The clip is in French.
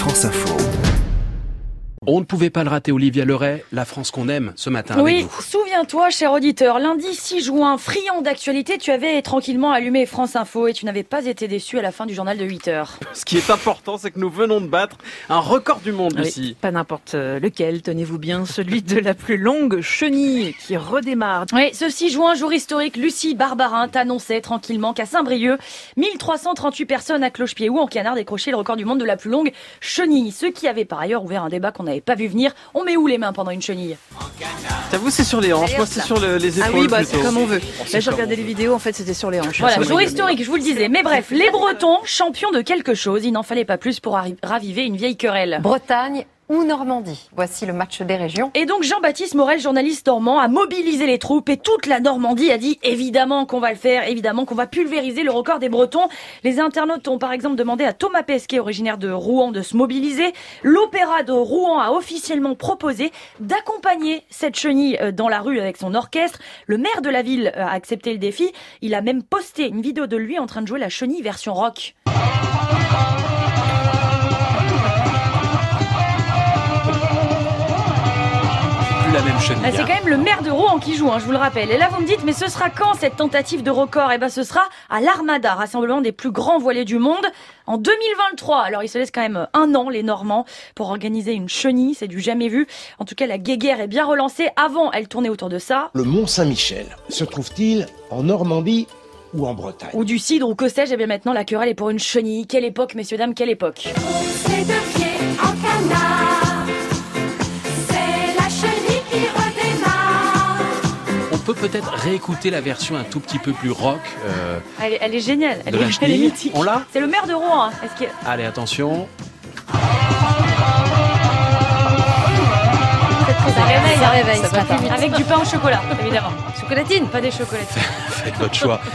France Info. On ne pouvait pas le rater, Olivia Leray, la France qu'on aime ce matin avec vous. Souviens-toi, cher auditeur, lundi 6 juin, friand d'actualité, tu avais tranquillement allumé France Info et tu n'avais pas été déçu à la fin du journal de 8 heures. Ce qui est important, c'est que nous venons de battre un record du monde, Lucie. Oui, pas n'importe lequel, tenez-vous bien, celui de la plus longue chenille qui redémarre. Oui, ce 6 juin, jour historique, Lucie Barbarin t'annonçait tranquillement qu'à Saint-Brieuc, 1338 personnes à cloche-pied ou en canard décrochaient le record du monde de la plus longue chenille. Ce qui avait par ailleurs ouvert un débat qu'on n'avait pas vu venir. On met où les mains pendant une chenille? T'avoue, c'est sur les hanches, moi c'est sur les épaules. Ah oui, plutôt. c'est comme on veut. Là, j'ai regardé les vidéos, en fait, c'était sur les hanches. Voilà, jour historique, je vous le disais. Mais bref, les Bretons, champions de quelque chose, il n'en fallait pas plus pour raviver une vieille querelle. Bretagne ou Normandie. Voici le match des régions. Et donc Jean-Baptiste Morel, journaliste normand, a mobilisé les troupes et toute la Normandie a dit évidemment qu'on va le faire, évidemment qu'on va pulvériser le record des Bretons. Les internautes ont par exemple demandé à Thomas Pesquet, originaire de Rouen, de se mobiliser. L'Opéra de Rouen a officiellement proposé d'accompagner cette chenille dans la rue avec son orchestre. Le maire de la ville a accepté le défi. Il a même posté une vidéo de lui en train de jouer la chenille version rock. La même chenille. C'est quand même le maire de Rouen qui joue, je vous le rappelle. Et là, vous me dites, mais ce sera quand cette tentative de record? Eh ben, ce sera à l'Armada, rassemblement des plus grands voiliers du monde, en 2023. Alors, ils se laissent quand même un an, les Normands, pour organiser une chenille. C'est du jamais vu. En tout cas, la guéguerre est bien relancée. Avant, elle tournait autour de ça. Le Mont Saint-Michel se trouve-t-il en Normandie ou en Bretagne? Ou du cidre, ou que sais-je. Eh bien, maintenant, la querelle est pour une chenille. Quelle époque, messieurs, dames, quelle époque? C'est deux pieds en canard. On peut peut-être réécouter la version un tout petit peu plus rock. Elle est géniale. Elle de la est chenille. mythique. On l'a? C'est le maire de Rouen. Est-ce que... Allez, attention. Ça réveille. Ça va plus vite. Avec du pain au chocolat, évidemment. Chocolatine. Pas des chocolatines. Faites votre choix.